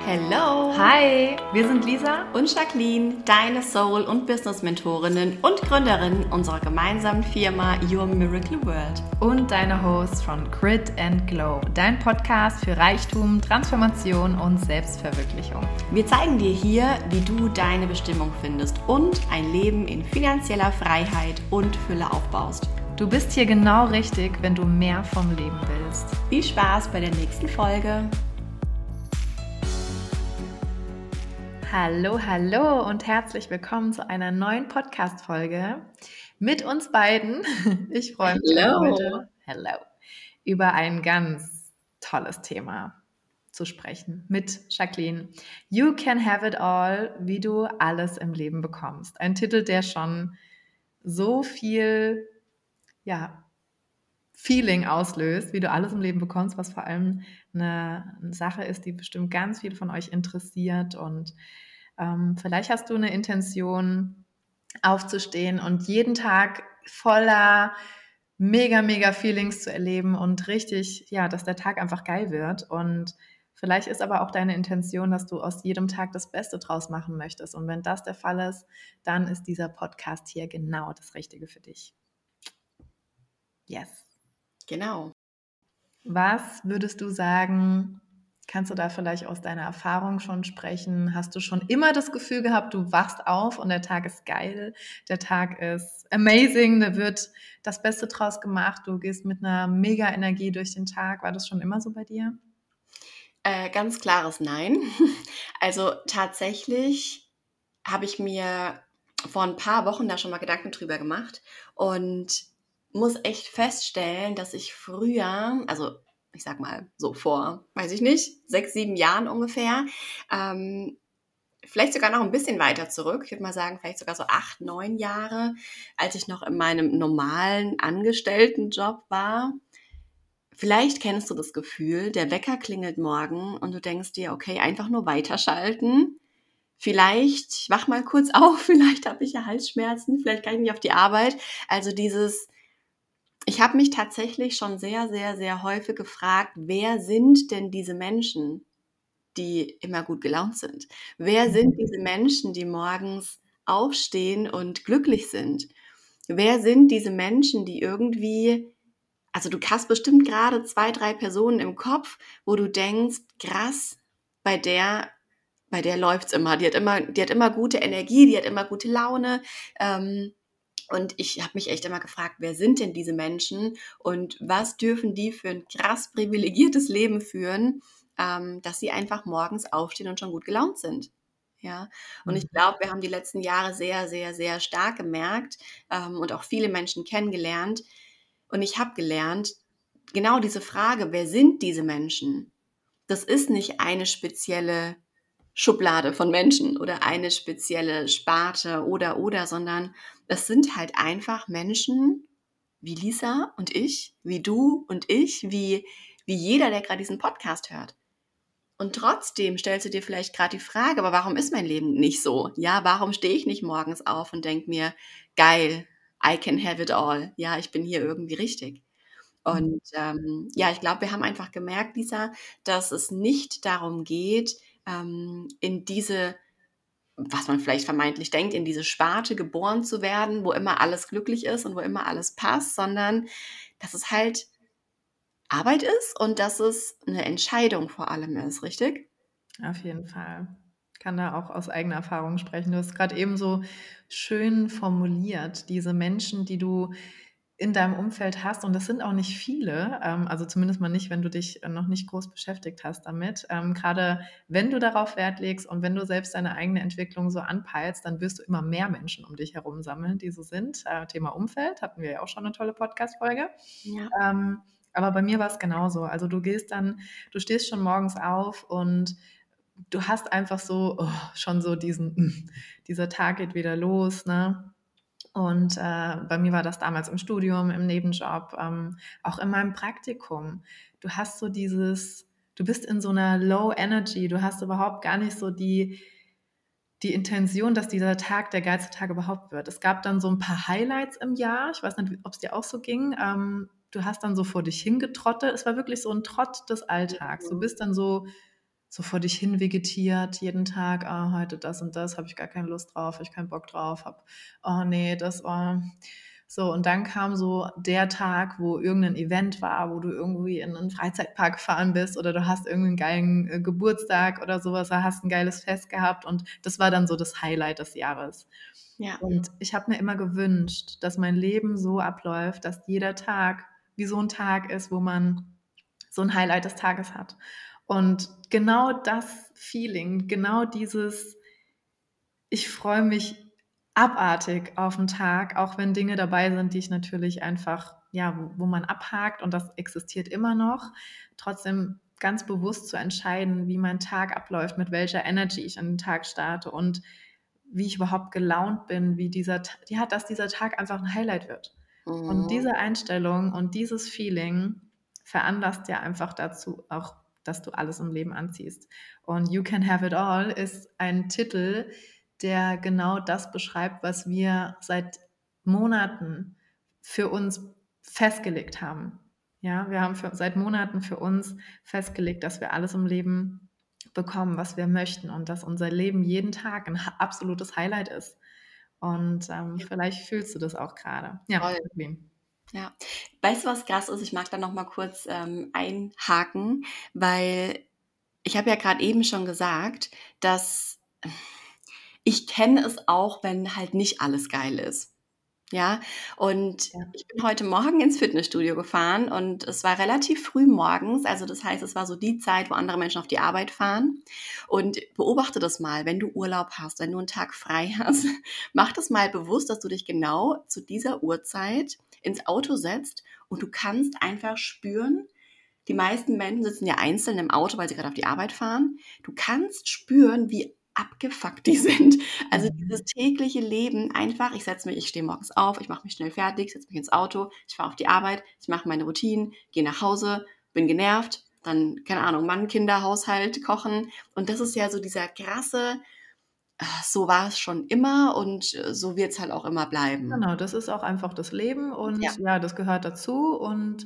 Hello! Hi, wir sind Lisa und Jacqueline, deine Soul- und Business-Mentorinnen und Gründerinnen unserer gemeinsamen Firma Your Miracle World. Und deine Hosts von Grit and Glow, dein Podcast für Reichtum, Transformation und Selbstverwirklichung. Wir zeigen dir hier, wie du deine Bestimmung findest und ein Leben in finanzieller Freiheit und Fülle aufbaust. Du bist hier genau richtig, wenn du mehr vom Leben willst. Viel Spaß bei der nächsten Folge. Hallo und herzlich willkommen zu einer neuen Podcast-Folge mit uns beiden. Ich freue mich heute über ein ganz tolles Thema zu sprechen mit Jacqueline. You can have it all, wie du alles im Leben bekommst. Ein Titel, der schon so viel, Feeling auslöst, wie du alles im Leben bekommst, was vor allem eine Sache ist, die bestimmt ganz viele von euch interessiert. Und vielleicht hast du eine Intention, aufzustehen und jeden Tag voller mega Feelings zu erleben und richtig, dass der Tag einfach geil wird. Und vielleicht ist aber auch deine Intention, dass du aus jedem Tag das Beste draus machen möchtest. Und wenn das der Fall ist, dann ist dieser Podcast hier genau das Richtige für dich. Yes. Genau. Was würdest du sagen, kannst du da vielleicht aus deiner Erfahrung schon sprechen? Hast du schon immer das Gefühl gehabt, du wachst auf und der Tag ist geil, der Tag ist amazing, da wird das Beste draus gemacht, du gehst mit einer mega Energie durch den Tag. War das schon immer so bei dir? Ganz klares Nein. Also tatsächlich habe ich mir vor ein paar Wochen da schon mal Gedanken drüber gemacht und muss echt feststellen, dass ich früher, also ich sag mal so vor, 6, 7 Jahren ungefähr, vielleicht sogar noch ein bisschen weiter zurück, ich würde mal sagen, vielleicht sogar so 8, 9 Jahre, als ich noch in meinem normalen Angestelltenjob war. Vielleicht kennst du das Gefühl, der Wecker klingelt morgen und du denkst dir, okay, einfach nur weiterschalten. Vielleicht, ich wach mal kurz auf, vielleicht habe ich ja Halsschmerzen, vielleicht kann ich nicht auf die Arbeit. Also ich habe mich tatsächlich schon sehr häufig gefragt, wer sind denn diese Menschen, die immer gut gelaunt sind? Wer sind diese Menschen, die morgens aufstehen und glücklich sind? Wer sind diese Menschen, die irgendwie, also du hast bestimmt gerade 2, 3 Personen im Kopf, wo du denkst, krass, bei der läuft's immer. Die hat immer gute Energie, die hat immer gute Laune. Und ich habe mich echt immer gefragt, wer sind denn diese Menschen und was dürfen die für ein krass privilegiertes Leben führen, dass sie einfach morgens aufstehen und schon gut gelaunt sind. Ja, und ich glaube, wir haben die letzten Jahre sehr stark gemerkt und auch viele Menschen kennengelernt. Und ich habe gelernt, genau diese Frage, wer sind diese Menschen? Das ist nicht eine spezielle Schublade von Menschen oder eine spezielle Sparte oder, sondern es sind halt einfach Menschen wie Lisa und ich, wie du und ich, wie jeder, der gerade diesen Podcast hört. Und trotzdem stellst du dir vielleicht gerade die Frage, aber warum ist mein Leben nicht so? Ja, warum stehe ich nicht morgens auf und denke mir, geil, I can have it all. Ja, ich bin hier irgendwie richtig. Und ich glaube, wir haben einfach gemerkt, Lisa, dass es nicht darum geht, in diese, was man vielleicht vermeintlich denkt, in diese Sparte geboren zu werden, wo immer alles glücklich ist und wo immer alles passt, sondern dass es halt Arbeit ist und dass es eine Entscheidung vor allem ist, richtig? Auf jeden Fall. Ich kann da auch aus eigener Erfahrung sprechen. Du hast gerade eben so schön formuliert, diese Menschen, die du in deinem Umfeld hast, und das sind auch nicht viele, also zumindest mal nicht, wenn du dich noch nicht groß beschäftigt hast damit. Gerade wenn du darauf Wert legst und wenn du selbst deine eigene Entwicklung so anpeilst, dann wirst du immer mehr Menschen um dich herum sammeln, die so sind. Thema Umfeld, hatten wir ja auch schon eine tolle Podcast-Folge. Ja. Aber bei mir war es genauso. Also du stehst schon morgens auf und du hast einfach so schon so dieser Tag geht wieder los, ne? Und bei mir war das damals im Studium, im Nebenjob, auch in meinem Praktikum. Du hast so du bist in so einer Low Energy, du hast überhaupt gar nicht so die Intention, dass dieser Tag der geilste Tag überhaupt wird. Es gab dann so ein paar Highlights im Jahr, ich weiß nicht, ob es dir auch so ging. Du hast dann so vor dich hingetrottet. Es war wirklich so ein Trott des Alltags. Du bist dann so so vor dich hin vegetiert, jeden Tag, heute das und das, habe ich gar keine Lust drauf, habe ich keinen Bock drauf, oh nee, das, so, und dann kam so der Tag, wo irgendein Event war, wo du irgendwie in einen Freizeitpark gefahren bist oder du hast irgendwie einen geilen Geburtstag oder sowas, oder hast ein geiles Fest gehabt und das war dann so das Highlight des Jahres. Ja. Und ich habe mir immer gewünscht, dass mein Leben so abläuft, dass jeder Tag wie so ein Tag ist, wo man so ein Highlight des Tages hat. Und genau das Feeling, genau dieses, ich freue mich abartig auf den Tag, auch wenn Dinge dabei sind, die ich natürlich einfach, ja, wo man abhakt und das existiert immer noch. Trotzdem ganz bewusst zu entscheiden, wie mein Tag abläuft, mit welcher Energy ich an den Tag starte und wie ich überhaupt gelaunt bin, dass dieser Tag einfach ein Highlight wird. Und Mhm. diese Einstellung und dieses Feeling veranlasst ja einfach dazu auch, dass du alles im Leben anziehst. Und You Can Have It All ist ein Titel, der genau das beschreibt, was wir seit Monaten für uns festgelegt haben. Ja, wir haben seit Monaten für uns festgelegt, dass wir alles im Leben bekommen, was wir möchten und dass unser Leben jeden Tag ein absolutes Highlight ist. Und Ja, vielleicht fühlst du das auch gerade. Ja, voll. Queen. Ja. Weißt du, was krass ist? Ich mag da noch mal kurz einhaken, weil ich habe ja gerade eben schon gesagt, dass ich kenne es auch, wenn halt nicht alles geil ist. Ja, und Ja. ich bin heute Morgen ins Fitnessstudio gefahren und es war relativ früh morgens. Also das heißt, es war so die Zeit, wo andere Menschen auf die Arbeit fahren. Und beobachte das mal, wenn du Urlaub hast, wenn du einen Tag frei hast, mach das mal bewusst, dass du dich genau zu dieser Uhrzeit ins Auto setzt und du kannst einfach spüren, die meisten Menschen sitzen ja einzeln im Auto, weil sie gerade auf die Arbeit fahren. Du kannst spüren, wie abgefuckt die sind. Also dieses Mhm. tägliche Leben einfach, ich stehe morgens auf, ich mache mich schnell fertig, setze mich ins Auto, ich fahre auf die Arbeit, ich mache meine Routinen, gehe nach Hause, bin genervt, dann, keine Ahnung, Mann, Kinder, Haushalt, Kochen. Und das ist ja so dieser krasse, so war es schon immer und so wird es halt auch immer bleiben. Genau, das ist auch einfach das Leben Ja. und ja, das gehört dazu und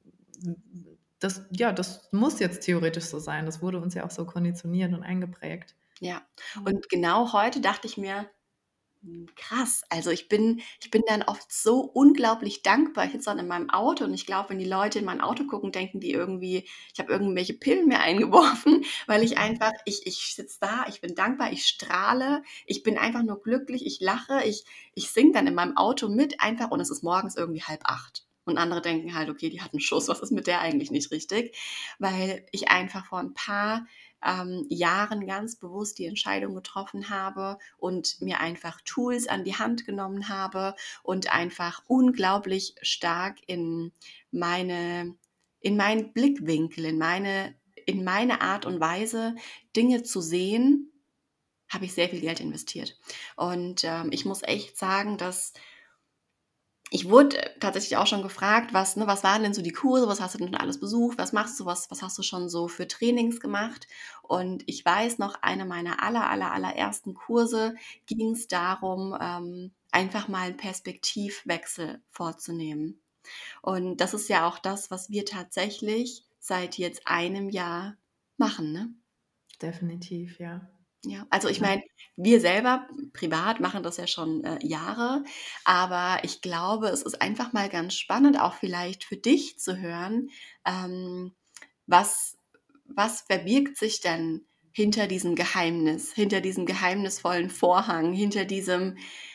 das muss jetzt theoretisch so sein. Das wurde uns ja auch so konditioniert und eingeprägt. Ja, Ja. und genau heute dachte ich mir: Krass, also ich bin dann oft so unglaublich dankbar. Ich sitze dann in meinem Auto und ich glaube, wenn die Leute in mein Auto gucken, denken die irgendwie, ich habe irgendwelche Pillen mir eingeworfen, weil ich einfach ich sitze da, ich bin dankbar, ich strahle, ich bin einfach nur glücklich, ich lache, ich singe dann in meinem Auto mit einfach und es ist morgens irgendwie 7:30. Und andere denken halt: „Okay, die hat 'n Schuss, was ist mit der eigentlich nicht richtig?“ Weil ich einfach vor ein paar Jahren ganz bewusst die Entscheidung getroffen habe und mir einfach Tools an die Hand genommen habe und einfach unglaublich stark meine, in meinen Blickwinkel, in meine Art und Weise, Dinge zu sehen, habe ich sehr viel Geld investiert. Und ich muss echt sagen, dass ich wurde tatsächlich auch schon gefragt, was waren denn so die Kurse, was hast du denn alles besucht, was machst du, was hast du schon so für Trainings gemacht? Und ich weiß noch, eine meiner allerersten Kurse ging es darum, einfach mal einen Perspektivwechsel vorzunehmen. Und das ist ja auch das, was wir tatsächlich seit jetzt einem Jahr machen, ne? Definitiv, ja. Ja, also ich Ja. meine, wir selber privat machen das ja schon, Jahre, aber ich glaube, es ist einfach mal ganz spannend, auch vielleicht für dich zu hören, ähm, was was verbirgt sich denn hinter diesem Geheimnis, hinter diesem geheimnisvollen Vorhang, hinter diesem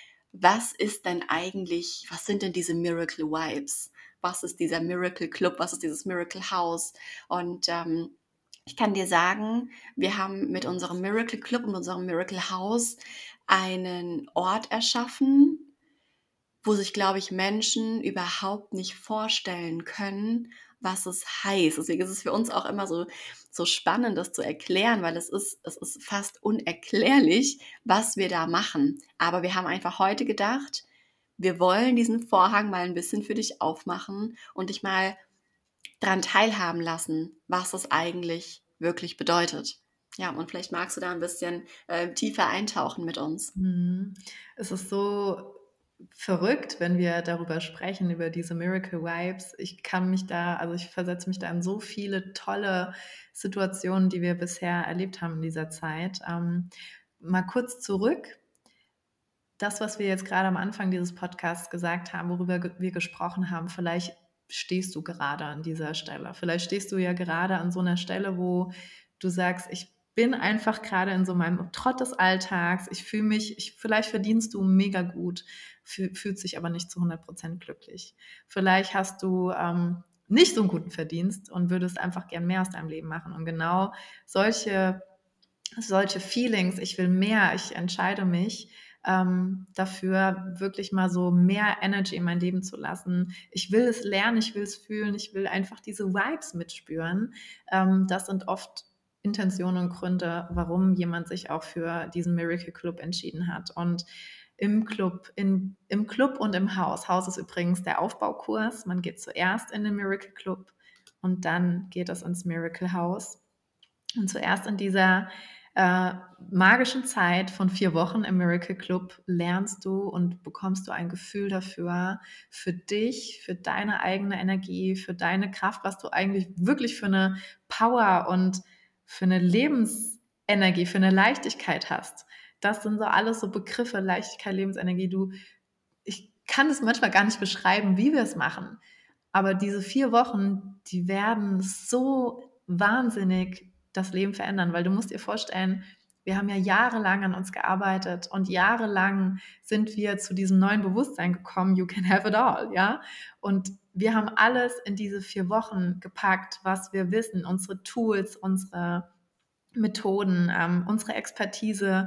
was sind denn diese Miracle Vibes? Was ist dieser Miracle Club? Was ist dieses Miracle House? Und, ich kann dir sagen, wir haben mit unserem Miracle Club und unserem Miracle House einen Ort erschaffen, wo sich, glaube ich, Menschen überhaupt nicht vorstellen können, was es heißt. Deswegen ist es für uns auch immer so spannend, das zu erklären, weil es ist fast unerklärlich, was wir da machen. Aber wir haben einfach heute gedacht, wir wollen diesen Vorhang mal ein bisschen für dich aufmachen und dich mal dran teilhaben lassen, was es eigentlich wirklich bedeutet. Ja, und vielleicht magst du da ein bisschen, tiefer eintauchen mit uns. Mhm. Es ist so verrückt, wenn wir darüber sprechen, über diese Miracle Vibes. Ich versetze mich da in so viele tolle Situationen, die wir bisher erlebt haben in dieser Zeit. Mal kurz zurück. Das, was wir jetzt gerade am Anfang dieses Podcasts gesagt haben, worüber wir gesprochen haben, vielleicht stehst du gerade an dieser Stelle. Vielleicht stehst du ja gerade an so einer Stelle, wo du sagst, ich bin einfach gerade in so meinem Trott des Alltags, vielleicht verdienst du mega gut, fühlt sich aber nicht zu 100% glücklich. Vielleicht hast du nicht so einen guten Verdienst und würdest einfach gern mehr aus deinem Leben machen. Und genau solche Feelings, ich will mehr, ich entscheide mich dafür, wirklich mal so mehr Energy in mein Leben zu lassen. Ich will es lernen, ich will es fühlen, ich will einfach diese Vibes mitspüren. Das sind oft Intentionen und Gründe, warum jemand sich auch für diesen Miracle Club entschieden hat. Und im Club und im Haus. Haus ist übrigens der Aufbaukurs. Man geht zuerst in den Miracle Club und dann geht es ins Miracle House. Und zuerst in dieser äh, magischen Zeit von 4 Wochen im Miracle Club lernst du und bekommst du ein Gefühl dafür, für dich, für deine eigene Energie, für deine Kraft, was du eigentlich wirklich für eine Power und für eine Lebensenergie, für eine Leichtigkeit hast. Das sind so alles so Begriffe, Leichtigkeit, Lebensenergie. Ich kann es manchmal gar nicht beschreiben, wie wir es machen. Aber diese 4 Wochen, die werden so wahnsinnig das Leben verändern, weil du musst dir vorstellen, wir haben ja jahrelang an uns gearbeitet und jahrelang sind wir zu diesem neuen Bewusstsein gekommen, you can have it all, ja? Und wir haben alles in diese 4 Wochen gepackt, was wir wissen, unsere Tools, unsere Methoden, unsere Expertise.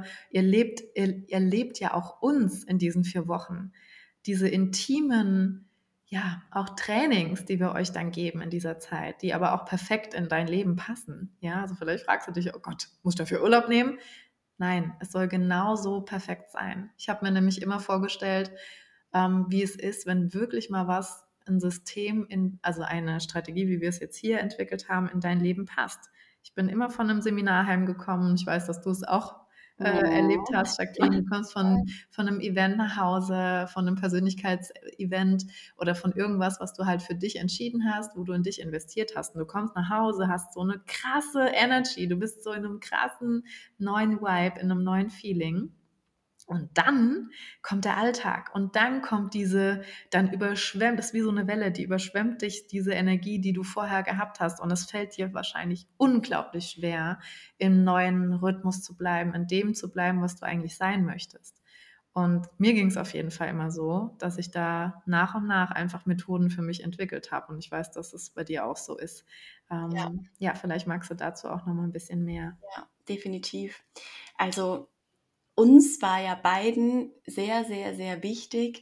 Ihr lebt ja auch uns in diesen 4 Wochen. Diese intimen, ja, auch Trainings, die wir euch dann geben in dieser Zeit, die aber auch perfekt in dein Leben passen. Ja, also vielleicht fragst du dich, oh Gott, muss ich dafür Urlaub nehmen? Nein, es soll genauso perfekt sein. Ich habe mir nämlich immer vorgestellt, wie es ist, wenn wirklich mal ein System, also eine Strategie, wie wir es jetzt hier entwickelt haben, in dein Leben passt. Ich bin immer von einem Seminar heimgekommen. Ich weiß, dass du es auch erlebt hast, Jacqueline. Du kommst von einem Event nach Hause, von einem Persönlichkeitsevent oder von irgendwas, was du halt für dich entschieden hast, wo du in dich investiert hast. Und du kommst nach Hause, hast so eine krasse Energy. Du bist so in einem krassen neuen Vibe, in einem neuen Feeling. Und dann kommt der Alltag und dann kommt dann überschwemmt, das ist wie so eine Welle, die überschwemmt dich, diese Energie, die du vorher gehabt hast. Und es fällt dir wahrscheinlich unglaublich schwer, im neuen Rhythmus zu bleiben, in dem zu bleiben, was du eigentlich sein möchtest. Und mir ging es auf jeden Fall immer so, dass ich da nach und nach einfach Methoden für mich entwickelt habe. Und ich weiß, dass es bei dir auch so ist. Ja, Ja, vielleicht magst du dazu auch noch mal ein bisschen mehr. ja, definitiv. Also uns war ja beiden sehr, sehr, sehr wichtig,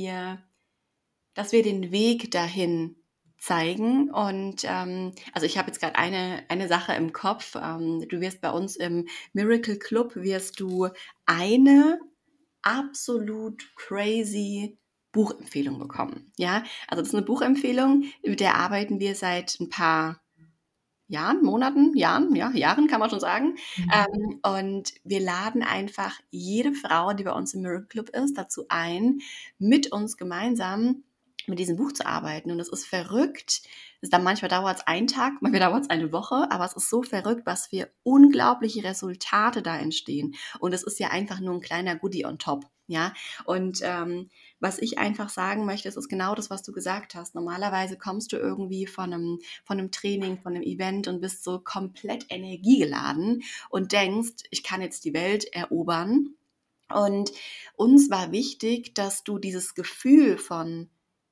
dass wir den Weg dahin zeigen. Und also ich habe jetzt gerade eine Sache im Kopf. Du wirst bei uns im Miracle Club, wirst du eine absolut crazy Buchempfehlung bekommen. Ja, also das ist eine Buchempfehlung, mit der arbeiten wir seit ein paar Jahren, Monaten, Jahren, ja, Jahren kann man schon sagen. Und wir laden einfach jede Frau, die bei uns im Miracle Club ist, dazu ein, mit uns gemeinsam mit diesem Buch zu arbeiten. Und es ist verrückt. Dann manchmal dauert es einen Tag, manchmal dauert es eine Woche, aber es ist so verrückt, was für unglaubliche Resultate da entstehen. Und es ist ja einfach nur ein kleiner Goodie on top. Ja, und was ich einfach sagen möchte, ist genau das, was du gesagt hast. Normalerweise kommst du irgendwie von einem Training, von einem Event und bist so komplett energiegeladen und denkst, ich kann jetzt die Welt erobern. Und uns war wichtig, dass du dieses Gefühl von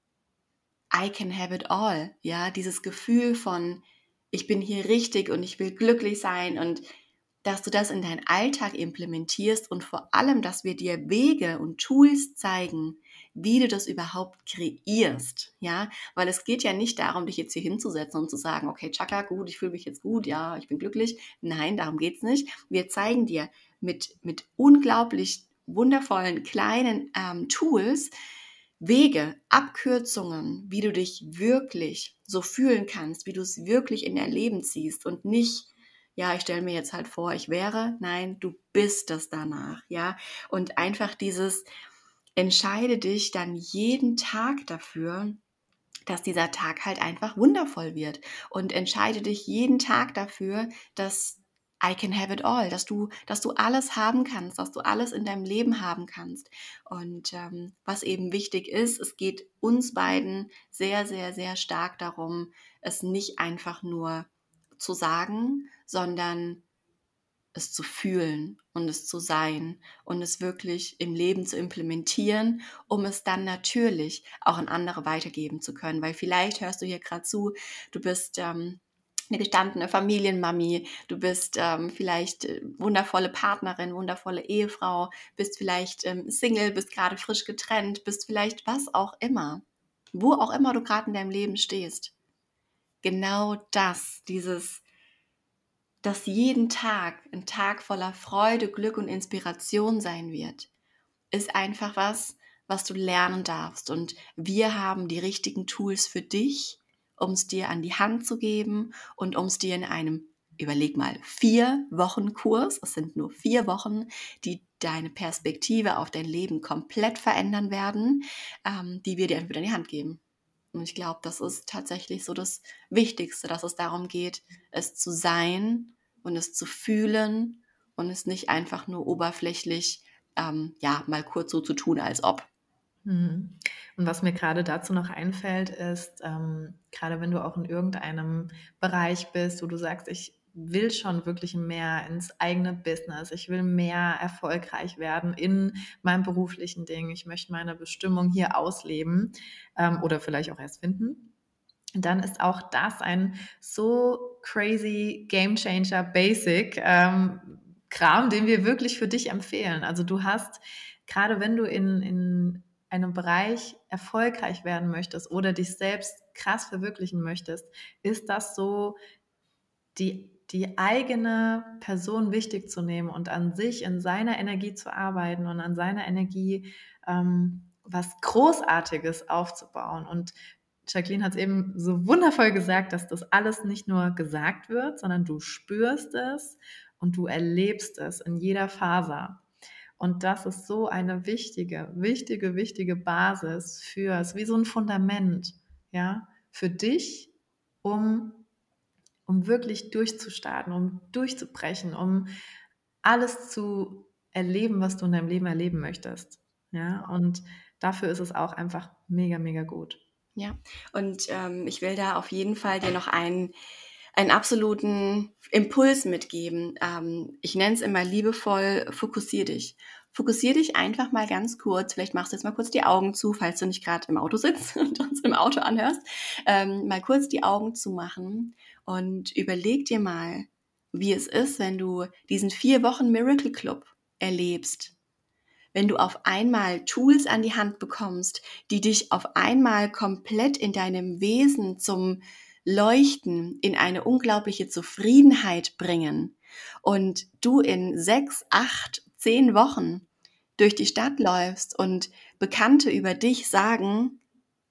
I can have it all, ja, dieses Gefühl von ich bin hier richtig und ich will glücklich sein und dass du das in deinen Alltag implementierst und vor allem, dass wir dir Wege und Tools zeigen, wie du das überhaupt kreierst, ja, weil es geht ja nicht darum, dich jetzt hier hinzusetzen und zu sagen, okay, Chaka, gut, ich fühle mich jetzt gut, ja, ich bin glücklich. Nein, darum geht's nicht. Wir zeigen dir mit unglaublich wundervollen kleinen Tools, Wege, Abkürzungen, wie du dich wirklich so fühlen kannst, wie du es wirklich in dein Leben ziehst und nicht, ja, ich stelle mir jetzt halt vor, ich wäre, nein, du bist das danach, ja, und einfach dieses, entscheide dich dann jeden Tag dafür, dass dieser Tag halt einfach wundervoll wird. Und entscheide dich jeden Tag dafür, dass I can have it all, dass du alles haben kannst, dass du alles in deinem Leben haben kannst. Und was eben wichtig ist, es geht uns beiden sehr, sehr, sehr stark darum, es nicht einfach nur zu sagen, sondern es zu fühlen und es zu sein und es wirklich im Leben zu implementieren, um es dann natürlich auch an andere weitergeben zu können. Weil vielleicht hörst du hier gerade zu, du bist eine gestandene Familienmami, du bist vielleicht wundervolle Partnerin, wundervolle Ehefrau, bist vielleicht Single, bist gerade frisch getrennt, bist vielleicht was auch immer, wo auch immer du gerade in deinem Leben stehst. Genau das, dass jeden Tag ein Tag voller Freude, Glück und Inspiration sein wird, ist einfach was du lernen darfst. Und wir haben die richtigen Tools für dich, um es dir an die Hand zu geben und um es dir in einem, überleg mal, 4-Wochen-Kurs, es sind nur 4 Wochen, die deine Perspektive auf dein Leben komplett verändern werden, die wir dir einfach in die Hand geben. Und ich glaube, das ist tatsächlich so das Wichtigste, dass es darum geht, es zu sein und es zu fühlen und es nicht einfach nur oberflächlich, ja, mal kurz so zu tun, als ob. Mhm. Und was mir gerade dazu noch einfällt, ist, gerade wenn du auch in irgendeinem Bereich bist, wo du sagst, ich will schon wirklich mehr ins eigene Business, ich will mehr erfolgreich werden in meinem beruflichen Ding, ich möchte meine Bestimmung hier ausleben, oder vielleicht auch erst finden, dann ist auch das ein so crazy Game Changer Basic Kram, den wir wirklich für dich empfehlen. Also du hast, gerade wenn du in einem Bereich erfolgreich werden möchtest oder dich selbst krass verwirklichen möchtest, ist das so, die eigene Person wichtig zu nehmen und an sich in seiner Energie zu arbeiten und an seiner Energie was Großartiges aufzubauen. Und Jacqueline hat es eben so wundervoll gesagt, dass das alles nicht nur gesagt wird, sondern du spürst es und du erlebst es in jeder Faser. Und das ist so eine wichtige, wichtige, wichtige Basis für, es ist wie so ein Fundament, ja, für dich, um wirklich durchzustarten, um durchzubrechen, um alles zu erleben, was du in deinem Leben erleben möchtest. Ja, und dafür ist es auch einfach mega, mega gut. Ja, und ich will da auf jeden Fall dir noch einen absoluten Impuls mitgeben. Ich nenne es immer liebevoll, fokussier dich. Fokussier dich einfach mal ganz kurz. Vielleicht machst du jetzt mal kurz die Augen zu, falls du nicht gerade im Auto sitzt und uns im Auto anhörst. Mal kurz die Augen zumachen und überleg dir mal, wie es ist, wenn du diesen 4 Wochen Miracle Club erlebst. Wenn du auf einmal Tools an die Hand bekommst, die dich auf einmal komplett in deinem Wesen zum Leuchten, in eine unglaubliche Zufriedenheit bringen und du in 6, 8, 10 Wochen durch die Stadt läufst und Bekannte über dich sagen,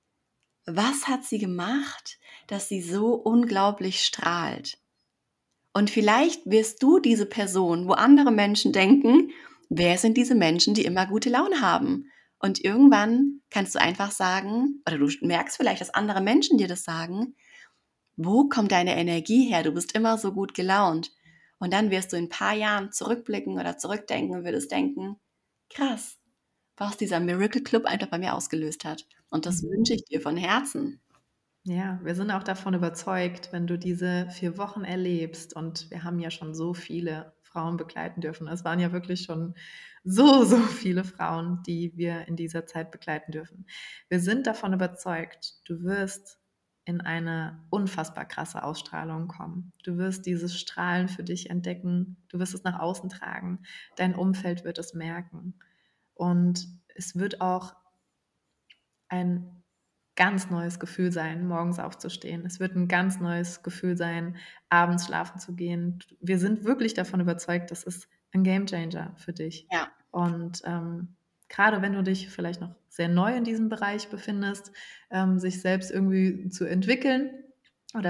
was hat sie gemacht, dass sie so unglaublich strahlt? Und vielleicht wirst du diese Person, wo andere Menschen denken, wer sind diese Menschen, die immer gute Laune haben? Und irgendwann kannst du einfach sagen, oder du merkst vielleicht, dass andere Menschen dir das sagen, wo kommt deine Energie her? Du bist immer so gut gelaunt. Und dann wirst du in ein paar Jahren zurückblicken oder zurückdenken und würdest denken, krass, was dieser Miracle Club einfach bei mir ausgelöst hat. Und das wünsche ich dir von Herzen. Ja, wir sind auch davon überzeugt, wenn du diese 4 Wochen erlebst, und wir haben ja schon so viele Frauen begleiten dürfen. Es waren ja wirklich schon so, so viele Frauen, die wir in dieser Zeit begleiten dürfen. Wir sind davon überzeugt, du wirst in eine unfassbar krasse Ausstrahlung kommen. Du wirst dieses Strahlen für dich entdecken. Du wirst es nach außen tragen. Dein Umfeld wird es merken. Und es wird auch ein ganz neues Gefühl sein, morgens aufzustehen. Es wird ein ganz neues Gefühl sein, abends schlafen zu gehen. Wir sind wirklich davon überzeugt, das ist ein Gamechanger für dich. Ja. Und gerade wenn du dich vielleicht noch sehr neu in diesem Bereich befindest, sich selbst irgendwie zu entwickeln oder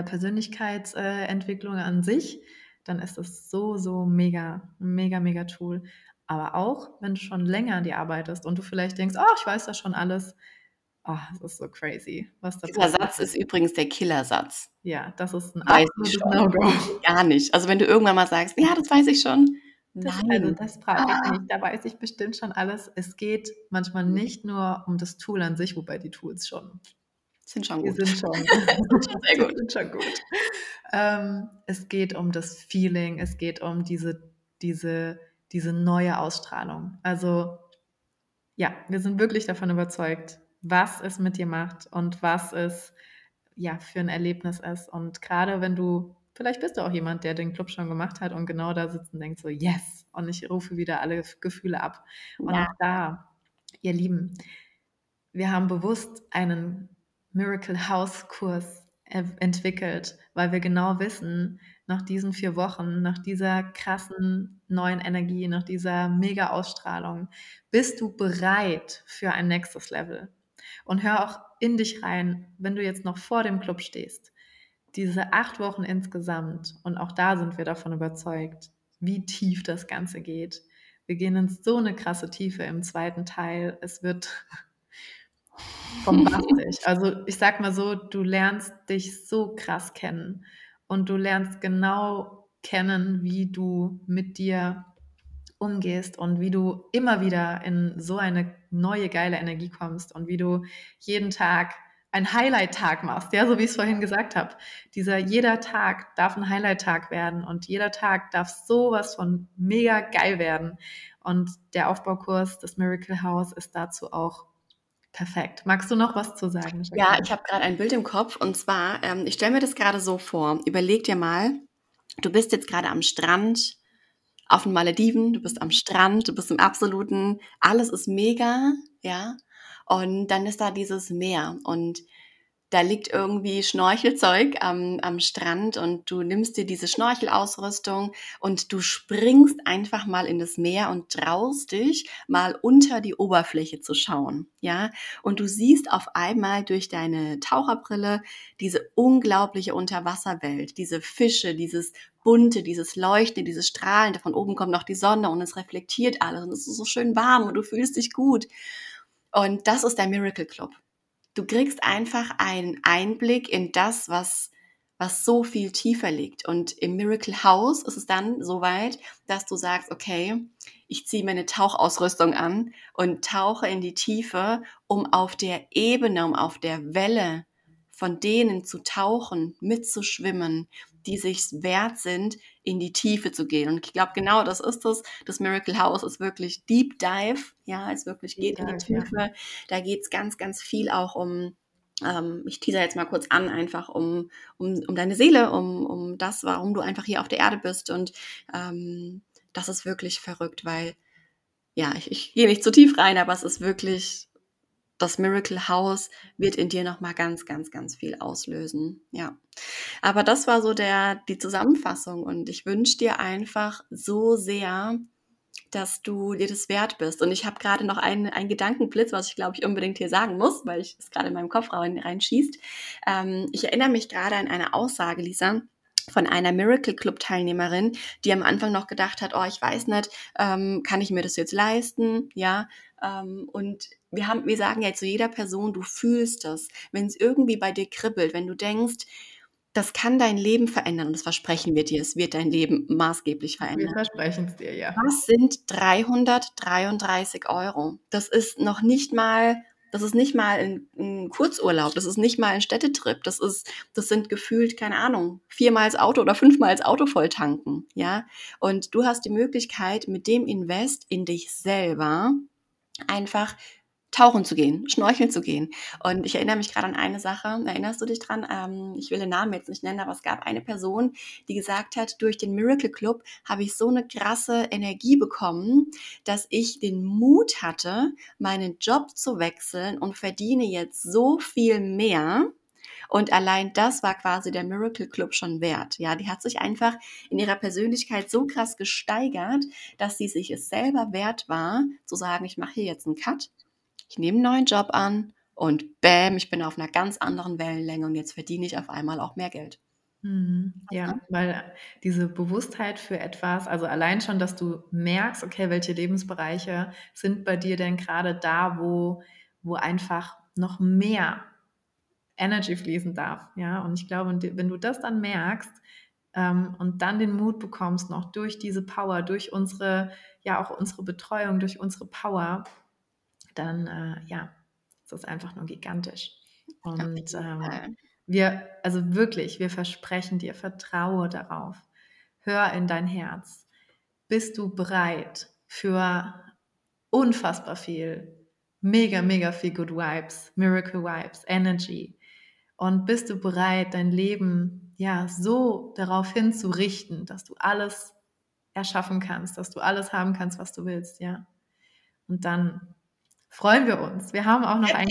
Persönlichkeitsentwicklung an sich, dann ist das so, so mega, mega, mega Tool. Aber auch, wenn du schon länger an dir arbeitest und du vielleicht denkst, oh, ich weiß das schon alles. Oh, das ist so crazy, was da Dieser passiert. Satz ist übrigens der Killersatz. Ja, das ist ein Weiß ich absolutes schon. No-Go. Nee, gar nicht. Also wenn du irgendwann mal sagst, ja, das weiß ich schon. Also Nein. das frage ich nicht, da weiß ich bestimmt schon alles. Es geht manchmal nicht nur um das Tool an sich, wobei die Tools schon, Sind schon die gut. sind schon, Sind schon sehr die gut. sind schon gut. Es geht um das Feeling, es geht um diese neue Ausstrahlung. Also ja, wir sind wirklich davon überzeugt, was es mit dir macht und was es ja für ein Erlebnis ist. Und gerade wenn du, vielleicht bist du auch jemand, der den Club schon gemacht hat und genau da sitzt und denkt so, yes, und ich rufe wieder alle Gefühle ab. Und Ja. auch da, ihr Lieben, wir haben bewusst einen Miracle House Kurs entwickelt, weil wir genau wissen, nach diesen 4 Wochen, nach dieser krassen neuen Energie, nach dieser mega Ausstrahlung, bist du bereit für ein nächstes Level. Und hör auch in dich rein, wenn du jetzt noch vor dem Club stehst. Diese 8 Wochen insgesamt, und auch da sind wir davon überzeugt, wie tief das Ganze geht. Wir gehen in so eine krasse Tiefe im zweiten Teil. Es wird bombastisch. Also ich sag mal so, du lernst dich so krass kennen und du lernst genau kennen, wie du mit dir umgehst und wie du immer wieder in so eine neue geile Energie kommst und wie du jeden Tag einen Highlight-Tag machst, ja, so wie ich es vorhin gesagt habe. Jeder Tag darf ein Highlight-Tag werden und jeder Tag darf sowas von mega geil werden. Und der Aufbaukurs, das Miracle House, ist dazu auch perfekt. Magst du noch was zu sagen, Ja, Jacqueline? ich habe gerade ein Bild im Kopf und zwar, ich stelle mir das gerade so vor. Überleg dir mal, du bist jetzt gerade am Strand auf den Malediven, du bist am Strand, du bist im absoluten, alles ist mega, ja. Und dann ist da dieses Meer und da liegt irgendwie Schnorchelzeug am Strand und du nimmst dir diese Schnorchelausrüstung und du springst einfach mal in das Meer und traust dich mal unter die Oberfläche zu schauen, ja? Und du siehst auf einmal durch deine Taucherbrille diese unglaubliche Unterwasserwelt, diese Fische, dieses Bunte, dieses Leuchten, dieses Strahlende. Von oben kommt noch die Sonne und es reflektiert alles und es ist so schön warm und du fühlst dich gut. Und das ist der Miracle Club. Du kriegst einfach einen Einblick in das, was so viel tiefer liegt. Und im Miracle House ist es dann so weit, dass du sagst, okay, ich ziehe meine Tauchausrüstung an und tauche in die Tiefe, um auf der Ebene, um auf der Welle von denen zu tauchen, mitzuschwimmen, die sich wert sind, in die Tiefe zu gehen. Und ich glaube, genau das ist es. Das Miracle House ist wirklich Deep Dive, ja, es wirklich Deep geht in die Dive, ja. Tiefe. Da geht es ganz, ganz viel auch um, ich teaser jetzt mal kurz an, einfach um deine Seele, um das, warum du einfach hier auf der Erde bist. Und das ist wirklich verrückt, weil, ja, ich gehe nicht zu tief rein, aber es ist wirklich, das Miracle House wird in dir nochmal ganz, ganz, ganz viel auslösen. Ja. Aber das war so die Zusammenfassung und ich wünsche dir einfach so sehr, dass du dir das wert bist. Und ich habe gerade noch einen Gedankenblitz, was ich glaube ich unbedingt hier sagen muss, weil ich es gerade in meinem Kopf reinschießt. Ich erinnere mich gerade an eine Aussage, Lisa, von einer Miracle Club Teilnehmerin, die am Anfang noch gedacht hat, oh, ich weiß nicht, kann ich mir das jetzt leisten? Ja, und wir sagen ja zu jeder Person, du fühlst das, wenn es irgendwie bei dir kribbelt, wenn du denkst, das kann dein Leben verändern und das versprechen wir dir, es wird dein Leben maßgeblich Wir verändern. versprechen es dir, ja. Was sind 333 €? Das ist nicht mal ein Kurzurlaub, das ist nicht mal ein Städtetrip, das sind gefühlt, keine Ahnung, 4-mal das Auto oder 5-mal das Auto voll tanken, ja? Und du hast die Möglichkeit, mit dem Invest in dich selber einfach tauchen zu gehen, schnorcheln zu gehen. Und ich erinnere mich gerade an eine Sache. Erinnerst du dich dran? Ich will den Namen jetzt nicht nennen, aber es gab eine Person, die gesagt hat, durch den Miracle Club habe ich so eine krasse Energie bekommen, dass ich den Mut hatte, meinen Job zu wechseln und verdiene jetzt so viel mehr. Und allein das war quasi der Miracle Club schon wert. Ja, die hat sich einfach in ihrer Persönlichkeit so krass gesteigert, dass sie sich es selber wert war, zu sagen, ich mache hier jetzt einen Cut, ich nehme einen neuen Job an und bäm, ich bin auf einer ganz anderen Wellenlänge und jetzt verdiene ich auf einmal auch mehr Geld. Weißt Ja, du? weil diese Bewusstheit für etwas, also allein schon, dass du merkst, okay, welche Lebensbereiche sind bei dir denn gerade da, wo einfach noch mehr Energy fließen darf, ja. Und ich glaube, wenn du das dann merkst, und dann den Mut bekommst, noch durch diese Power, durch unsere, ja auch unsere Betreuung, durch unsere Power, dann ja, ist das einfach nur gigantisch. Auf Und jeden Fall. also wirklich, wir versprechen dir, vertraue darauf, hör in dein Herz. Bist du bereit für unfassbar viel, mega, mega viel Good Vibes, Miracle Vibes, Energy? Und bist du bereit, dein Leben ja so darauf hinzurichten, dass du alles erschaffen kannst, dass du alles haben kannst, was du willst, ja? Und dann freuen wir uns. Wir haben auch noch ein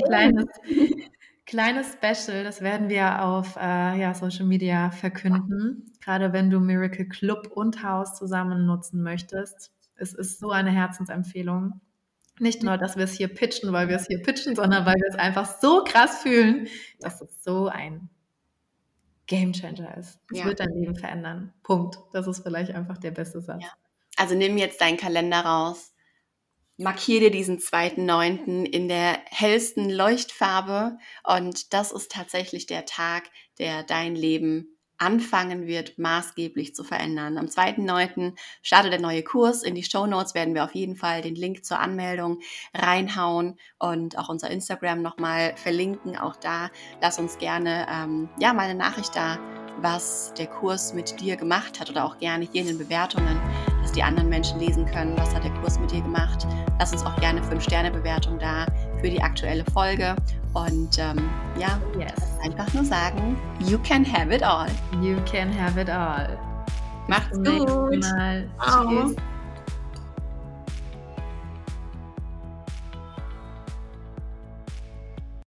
kleines Special, das werden wir auf ja, Social Media verkünden, gerade wenn du Miracle Club und Haus zusammen nutzen möchtest. Es ist so eine Herzensempfehlung. Nicht nur, dass wir es hier pitchen, weil wir es hier pitchen, sondern weil wir es einfach so krass fühlen, dass es so ein Gamechanger ist. Es Ja, wird dein Leben verändern. Punkt. Das ist vielleicht einfach der beste ja. Satz. Also nimm jetzt deinen Kalender raus. Markier dir diesen 2.9. in der hellsten Leuchtfarbe und das ist tatsächlich der Tag, der dein Leben anfangen wird, maßgeblich zu verändern. Am 2.9. startet der neue Kurs. In die Shownotes werden wir auf jeden Fall den Link zur Anmeldung reinhauen und auch unser Instagram nochmal verlinken. Auch da lass uns gerne ja, mal eine Nachricht da, was der Kurs mit dir gemacht hat oder auch gerne hier in den Bewertungen, dass die anderen Menschen lesen können, was hat der Kurs mit dir gemacht. Lass uns auch gerne 5-Sterne-Bewertung da für die aktuelle Folge. Und ja, Yes. einfach nur sagen, you can have it all. You can have it all. Macht's Bis zum nächsten gut. Mal. Ciao. Tschüss.